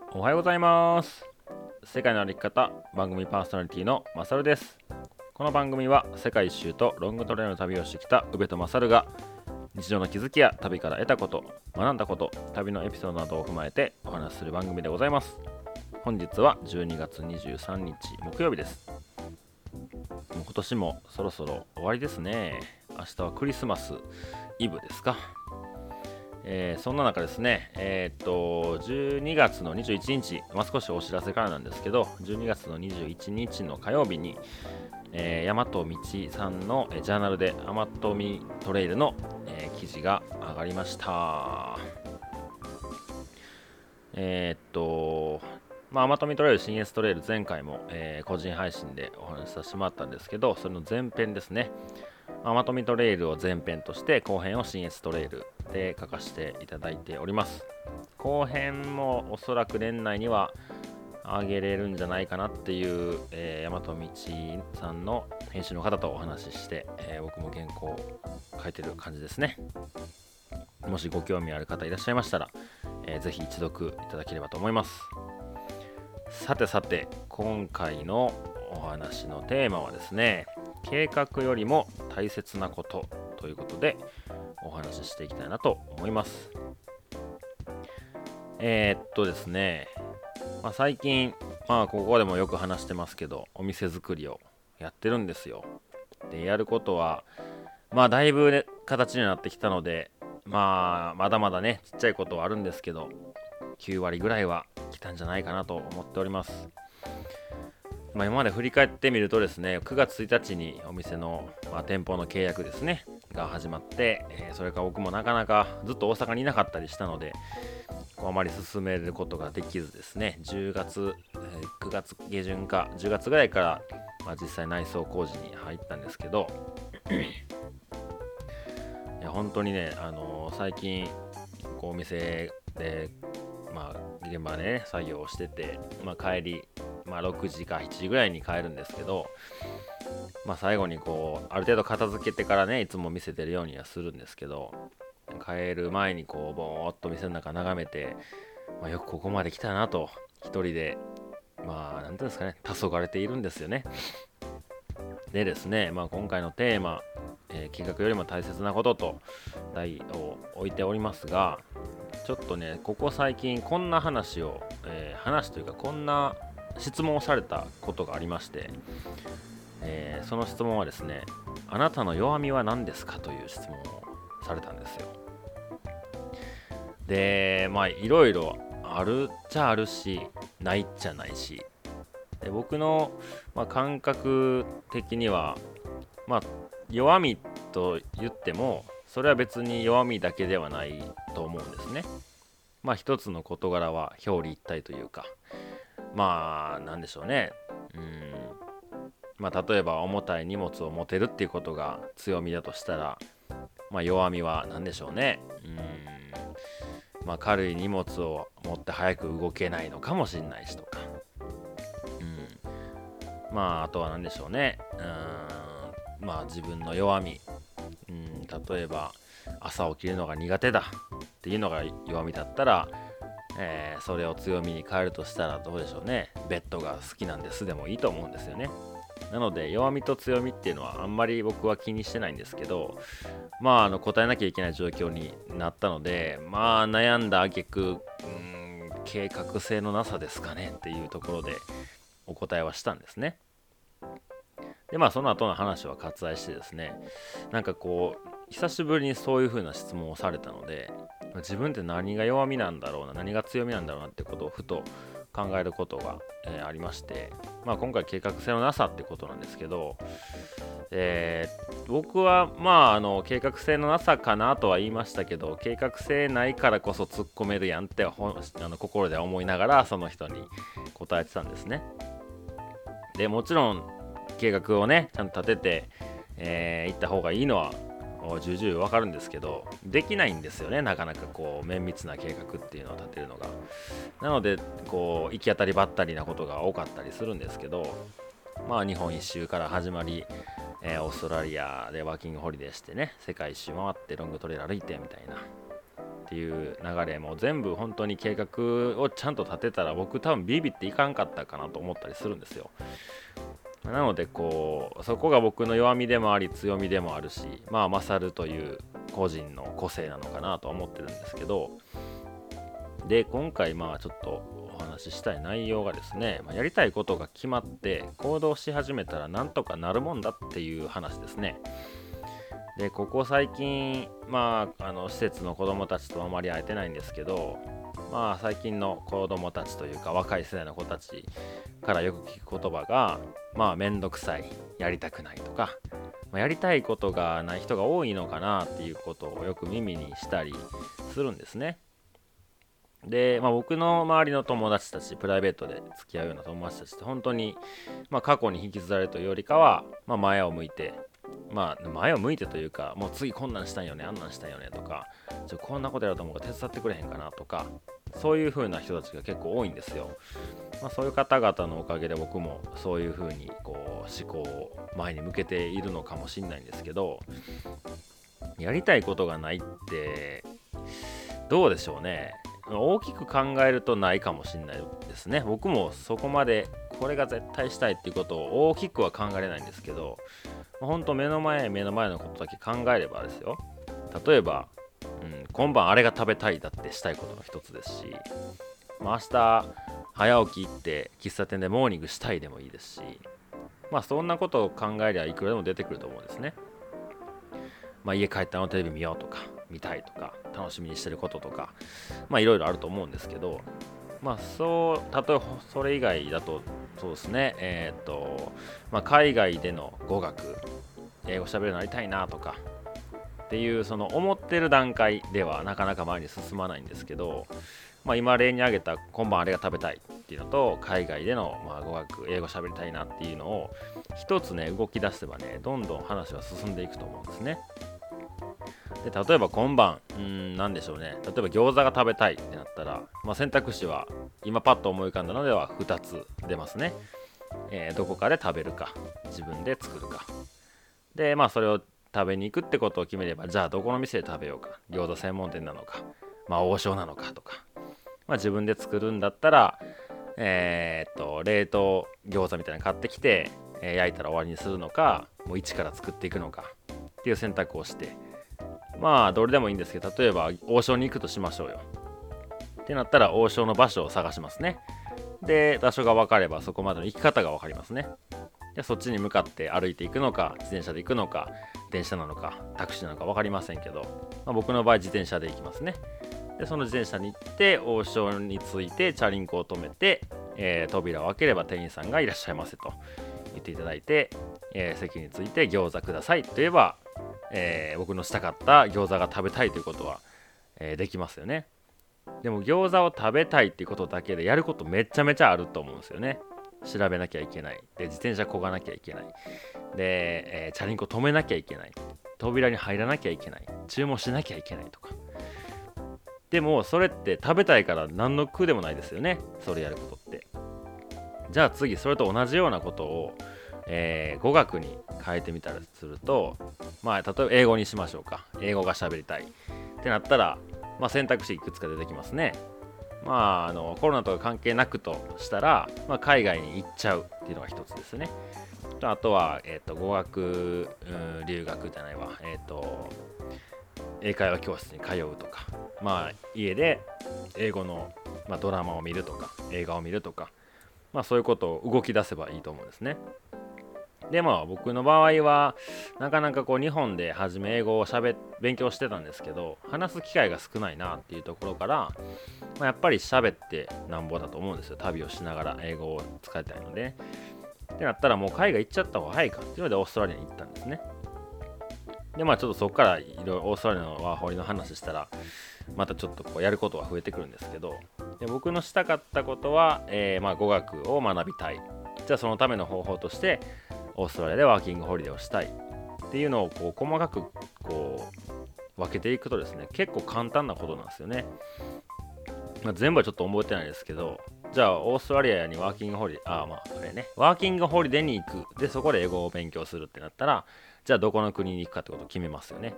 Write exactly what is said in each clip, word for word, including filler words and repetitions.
おはようございます。世界の歩き方番組パーソナリティのマサルです。この番組は世界一周とロングトレイルの旅をしてきた宇部とマサルが日常の気づきや旅から得たこと、学んだこと、旅のエピソードなどを踏まえてお話しする番組でございます。本日はじゅうにがつにじゅうさんにち木曜日です。もう今年もそろそろ終わりですね。明日はクリスマスイブですか。えー、そんな中ですね、えー、っとじゅうにがつのにじゅういちにち、まあ、少しお知らせからなんですけど、じゅうにがつのにじゅういちにちの火曜日に、えー、大和道さんの、えージャーナルで大和道トレイルの、えー記事が上がりました。えー、っとまあ、アマトミトレイル、シーエストレイル、前回も、えー個人配信でお話しさせてもらったんですけど、それの前編ですね。アマトミトレイルを前編として、後編を シーエス トレイルで書かせていただいております。後編もおそらく年内には上げれるんじゃないかなっていう、えー、大和道さんの編集の方とお話しして、えー僕も原稿を書いてる感じですね。もしご興味ある方いらっしゃいましたら、えーぜひ一読いただければと思います。さてさて、今回のお話のテーマはですね、計画よりも大切なことということでお話ししていきたいなと思います。えー、っとですね、まあ、最近、まあここでもよく話してますけど、お店作りをやってるんですよ。で、やることは、まあだいぶ、ね、形になってきたので、まあまだまだね、ちっちゃいことはあるんですけど、きゅうわりぐらいは来たんじゃないかなと思っております。まあ、今まで振り返ってみるとですね、くがつついたちにお店の、まあ、店舗の契約ですね、が始まって、えーそれから僕もなかなかずっと大阪にいなかったりしたので、こうあまり進めることができずですね、じゅうがつ、えーくがつ下旬かじゅうがつぐらいから、まあ、実際内装工事に入ったんですけど、いや本当にね、あのー最近こうお店で、まあ、現場でね作業をしてて、まあ、帰り、まあ、ろくじかしちじぐらいに帰るんですけど、まあ、最後にこうある程度片付けてからねいつも見せてるようにはするんですけど、帰る前にこうぼーっと店の中眺めて、まあ、よくここまで来たなと一人で、まあなんていうんですかね、黄昏ているんですよね。でですね、まあ、今回のテーマ、えー計画よりも大切なことと題を置いておりますが、ちょっとねここ最近こんな話を、えー話というかこんな質問をされたことがありまして、えーその質問はですね、あなたの弱みは何ですかという質問をされたんですよ。で、まあいろいろあるっちゃあるし、ないっちゃないし、で僕の、まあ、感覚的には、まあ弱みと言ってもそれは別に弱みだけではないと思うんですね。まあ一つの事柄は表裏一体というか、まあなんでしょうね、うん、まあ例えば重たい荷物を持てるっていうことが強みだとしたら、まあ弱みは何でしょうね、うん、まあ軽い荷物を持って早く動けないのかもしれないしとか、うん、まああとは何でしょうね、うん、まあ自分の弱み、うん、例えば朝起きるのが苦手だっていうのが弱みだったら、えーそれを強みに変えるとしたらどうでしょうね。ベッドが好きなんですでもいいと思うんですよね。なので弱みと強みっていうのはあんまり僕は気にしてないんですけど、まああの答えなきゃいけない状況になったので、まあ悩んだ挙句、うーん計画性のなさですかねっていうところでお答えはしたんですね。でまあその後の話は割愛してですね、なんかこう久しぶりにそういう風な質問をされたので、自分って何が弱みなんだろうな、何が強みなんだろうなってことをふと考えることが、えーありまして、まあ今回計画性のなさってことなんですけど、えー僕はまああの計画性のなさかなとは言いましたけど、計画性ないからこそ突っ込めるやんってほんあの心で思いながらその人に答えてたんですね。でもちろん計画をねちゃんと立てて、えー行った方がいいのは重々わかるんですけど、できないんですよね、なかなかこう綿密な計画っていうのを立てるのが。なのでこう行き当たりばったりなことが多かったりするんですけど、まあ日本一周から始まり、えーオーストラリアでワーキングホリデーしてね、世界一周回ってロングトレイル歩いてみたいな、 っていう流れも全部本当に計画をちゃんと立てたら僕多分ビビっていかんかったかなと思ったりするんですよ。なのでこうそこが僕の弱みでもあり強みでもあるし、まあ勝るという個人の個性なのかなとは思ってるんですけど、で今回まあちょっとお話ししたい内容がですね、まあ、やりたいことが決まって行動し始めたらなんとかなるもんだっていう話ですね。でここ最近まああの施設の子どもたちとあまり会えてないんですけど、まあ最近の子どもたちというか若い世代の子たちからよく聞く言葉が、まあめんどくさい、やりたくないとか、まあ、やりたいことがない人が多いのかなっていうことをよく耳にしたりするんですね。で、まあ、僕の周りの友達たち、プライベートで付き合うような友達たちって本当に、まあ、過去に引きずられるというよりかは、まあ、前を向いて、まあ、前を向いてというか、もう次こんなんしたいよね、あんなんしたいよねとか、ちょこんなことやろうと思うから手伝ってくれへんかなとか、そういう風な人たちが結構多いんですよ。まあ、そういう方々のおかげで僕もそういう風にこう思考を前に向けているのかもしれないんですけど、やりたいことがないってどうでしょうね。大きく考えるとないかもしれないですね。僕もそこまでこれが絶対したいっていうことを大きくは考えれないんですけど、ほんと目の前目の前のことだけ考えればですよ。例えば、うん、今晩あれが食べたいだってしたいことの一つですし、まあ、明日早起き行って喫茶店でモーニングしたいでもいいですし、まあそんなことを考えりゃいくらでも出てくると思うんですね。まあ、家帰ったらテレビ見ようとか見たいとか楽しみにしてることとか、まあいろいろあると思うんですけど、まあそう例えばそれ以外だとそうですね、えっ、ー、とまあ海外での語学、英語喋るようになりたいなとかっていうその思ってる段階ではなかなか前に進まないんですけど、まあ今例に挙げた今晩あれが食べたいっていうのと海外でのまあ語学英語喋りたいなっていうのを一つね動き出せばね、どんどん話は進んでいくと思うんですね。で例えば今晩うーん何でしょうね、例えば餃子が食べたいってなったら、まあ、選択肢は今パッと思い浮かんだのではふたつ出ますね。えー、どこかで食べるか自分で作るかで、まあそれを食べに行くってことを決めれば、じゃあどこの店で食べようか、餃子専門店なのか、まあ王将なのかとか、まあ自分で作るんだったらえー、っと冷凍餃子みたいなの買ってきて、えー焼いたら終わりにするのか、もう一から作っていくのかっていう選択をして、まあどれでもいいんですけど、例えば王将に行くとしましょうよってなったら王将の場所を探しますね。で場所が分かればそこまでの行き方が分かりますね。でそっちに向かって歩いていくのか自転車で行くのか電車なのかタクシーなのか分かりませんけど、まあ、僕の場合自転車で行きますね。でその自転車に行って王将に着いてチャリンコを止めて、えー扉を開ければ店員さんがいらっしゃいませと言っていただいて、えー席に着いて餃子くださいと言えば、えー僕のしたかった餃子が食べたいということは、えーできますよね。でも餃子を食べたいっていうことだけでやることめちゃめちゃあると思うんですよね。調べなきゃいけない。で自転車こがなきゃいけない。で、えーチャリンコ止めなきゃいけない。扉に入らなきゃいけない。注文しなきゃいけないとか。でもそれって食べたいから何の苦でもないですよね、それやることって。じゃあ次それと同じようなことを、えー語学に変えてみたりすると、まあ例えば英語にしましょうか。英語が喋りたいってなったら、まあ、選択肢いくつか出てきますね。まああのコロナとか関係なくとしたら、まあ、海外に行っちゃうっていうのが一つですね。あとは、えー、と語学、うん、留学じゃないわ、えっ、と英会話教室に通うとか、まあ家で英語の、まあ、ドラマを見るとか映画を見るとか、まあそういうことを動き出せばいいと思うんですね。でまあ僕の場合はなかなかこう日本で初め英語をしゃべ勉強してたんですけど、話す機会が少ないなっていうところから、まあ、やっぱり喋ってなんぼだと思うんですよ。旅をしながら英語を使いたいので。ってなったらもう海外行っちゃった方が早いかっていうのでオーストラリアに行ったんですね。でまあちょっとそこからいろいろオーストラリアのワーホリの話したらまたちょっとこうやることは増えてくるんですけど、で僕のしたかったことは、えーまあ語学を学びたい。じゃあそのための方法としてオーストラリアでワーキングホリデーをしたいっていうのをこう細かくこう分けていくとですね、結構簡単なことなんですよね。まあ、全部はちょっと覚えてないですけど、じゃあオーストラリアにワーキングホリデー、ああまああれね、ワーキングホリデーに行く。でそこで英語を勉強するってなったら、じゃあどこの国に行くかってことを決めますよね。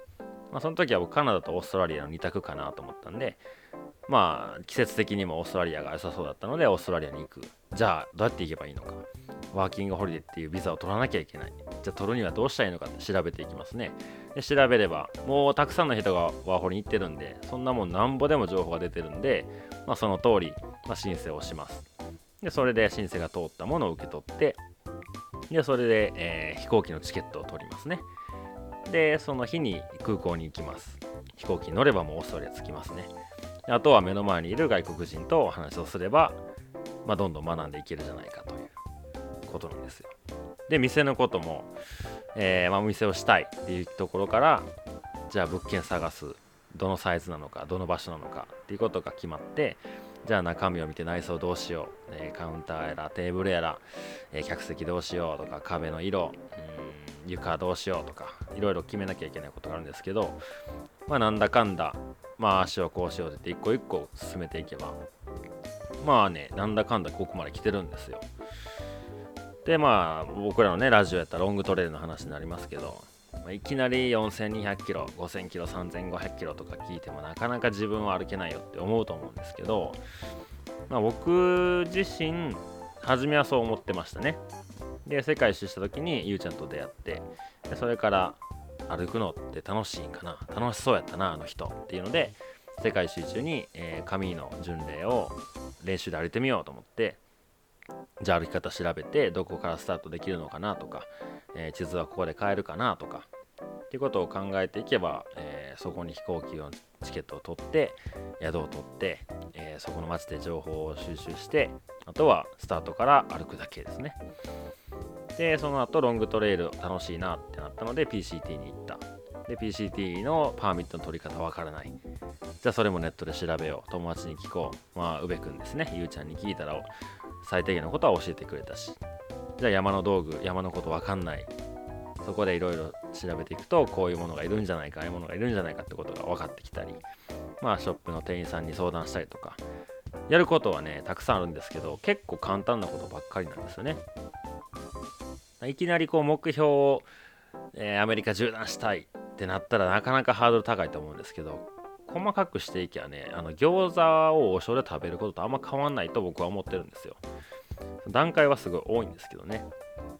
まあ、その時は僕カナダとオーストラリアのに択かなと思ったんで、まあ季節的にもオーストラリアが良さそうだったのでオーストラリアに行く。じゃあどうやって行けばいいのか、ワーキングホリデーっていうビザを取らなきゃいけない。じゃあ取るにはどうしたらいいのかって調べていきますね。で調べればもうたくさんの人がワーホリに行ってるんで、そんなもんなんぼでも情報が出てるんで、まあ、その通り、まあ、申請をします。でそれで申請が通ったものを受け取って、でそれで、えー飛行機のチケットを取りますね。でその日に空港に行きます。飛行機に乗ればもうオーストラリア着きますね。あとは目の前にいる外国人とお話をすれば、まあ、どんどん学んでいけるじゃないかということなんですよ。で店のことも、えーまあ、お店をしたいっていうところから、じゃあ物件探す、どのサイズなのかどの場所なのかっていうことが決まって、じゃあ中身を見て内装どうしよう、えーカウンターやらテーブルやら、えー客席どうしようとか、壁の色、うん、床どうしようとか、いろいろ決めなきゃいけないことがあるんですけど、まあなんだかんだ、まあ足をこうしようって一個一個進めていけば、まあね、なんだかんだここまで来てるんですよ。でまあ僕らのねラジオやったらロングトレイルの話になりますけど、まあいきなりよんせんにひゃくキロ、ごせんキロ、さんぜんごひゃくキロとか聞いてもなかなか自分は歩けないよって思うと思うんですけど、まあ、僕自身初めはそう思ってましたね。で世界一周した時にゆうちゃんと出会って、でそれから歩くのって楽しいんかな、楽しそうやったなあの人っていうので、世界一周中に、えー、紙の巡礼を練習で歩いてみようと思って、じゃあ歩き方調べてどこからスタートできるのかなとか、えー地図はここで買えるかなとかっていうことを考えていけば、えーそこに飛行機のチケットを取って宿を取って、えーそこの街で情報を収集して、あとはスタートから歩くだけですね。でその後ロングトレイル楽しいなってなったので ピーシーティー に行った。で ピーシーティー のパーミットの取り方わからない。じゃあそれもネットで調べよう、友達に聞こう、まあ宇部くんですね、ゆうちゃんに聞いたら最低限のことは教えてくれたし、じゃあ山の道具、山のことわかんない、そこでいろいろ調べていくとこういうものがいるんじゃないか、ああいうものがいるんじゃないかってことが分かってきたり、まあショップの店員さんに相談したりとか、やることはねたくさんあるんですけど、結構簡単なことばっかりなんですよね。いきなりこう目標を、えーアメリカ縦断したいってなったらなかなかハードル高いと思うんですけど、細かくしていけばね、あの餃子を王将で食べることとあんま変わんないと僕は思ってるんですよ。段階はすごい多いんですけどね。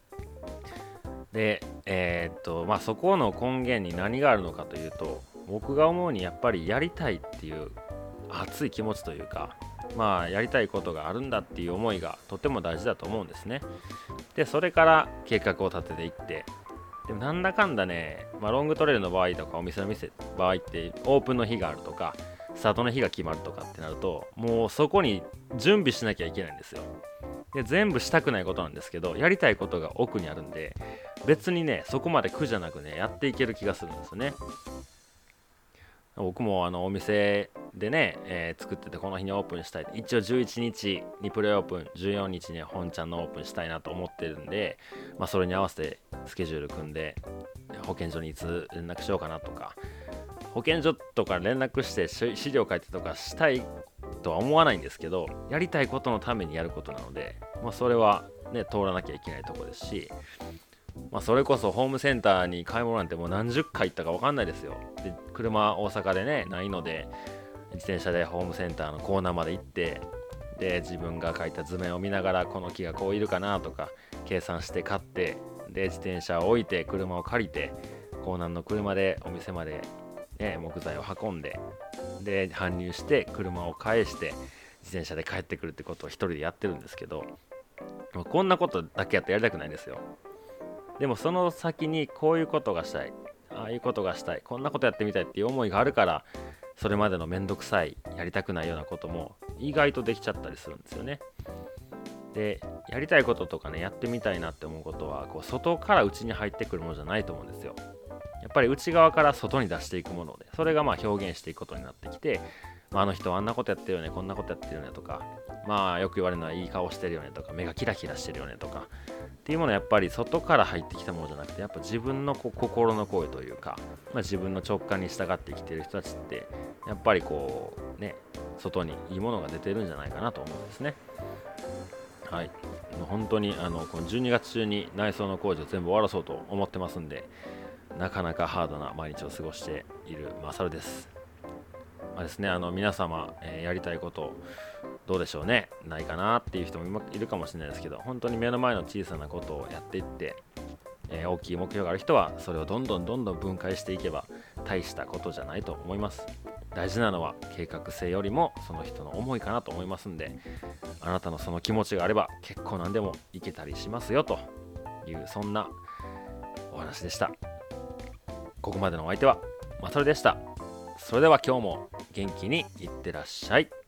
で、えーっとまあそこの根源に何があるのかというと、僕が思うにやっぱりやりたいっていう熱い気持ちというか、まあやりたいことがあるんだっていう思いがとても大事だと思うんですね。でそれから計画を立てていって、でもなんだかんだね、まあ、ロングトレイルの場合とかお店の店場合ってオープンの日があるとかスタートの日が決まるとかってなると、もうそこに準備しなきゃいけないんですよ。で全部したくないことなんですけど、やりたいことが奥にあるんで、別にねそこまで苦じゃなくねやっていける気がするんですよね。僕もあのお店でね、えー作っててこの日にオープンしたい、一応じゅういちにちにプレオープン、じゅうよっかにに本ちゃんのオープンしたいなと思ってるんで、まあ、それに合わせてスケジュール組んで保健所にいつ連絡しようかなとか、保健所とか連絡してし資料書いてとかしたいとは思わないんですけど、やりたいことのためにやることなので、まあ、それはね通らなきゃいけないとこですし、まあ、それこそホームセンターに買い物なんてもう何十回行ったか分かんないですよ。で車大阪でねないので、自転車でホームセンターのコーナーまで行って、で自分が書いた図面を見ながらこの木がこういるかなとか計算して買って、で自転車を置いて車を借りてコーナーの車でお店まで、ね、木材を運んで、で搬入して車を返して自転車で帰ってくるってことを一人でやってるんですけど、もうこんなことだけやってやりたくないんですよ。でもその先にこういうことがしたい、ああいうことがしたい、こんなことやってみたいっていう思いがあるから、それまでのめんどくさいやりたくないようなことも意外とできちゃったりするんですよね。でやりたいこととかねやってみたいなって思うことはこう外から内に入ってくるものじゃないと思うんですよ。やっぱり内側から外に出していくもので、それがまあ表現していくことになってきて、まあ、あの人はあんなことやってるよね、こんなことやってるよねとか、まあよく言われるのはいい顔してるよねとか、目がキラキラしてるよねとかっていうものはやっぱり外から入ってきたものじゃなくて、やっぱ自分のこう心の声というか、まあ、自分の直感に従って生きている人たちってやっぱりこうね外にいいものが出てるんじゃないかなと思うんですね。はい、もう本当にあのこのじゅうにがつ中に内装の工事を全部終わらそうと思ってますんで、 なかなかハードな毎日を過ごしているマサルです。まあですね、あの皆様、えーやりたいことどうでしょうね、ないかなっていう人もいるかもしれないですけど、本当に目の前の小さなことをやっていって、えー大きい目標がある人はそれをどんどんどんどん分解していけば大したことじゃないと思います。大事なのは計画性よりもその人の思いかなと思いますんで、あなたのその気持ちがあれば結構何でもいけたりしますよという、そんなお話でした。ここまでのお相手はマサルでした。それでは今日も元気にいってらっしゃい。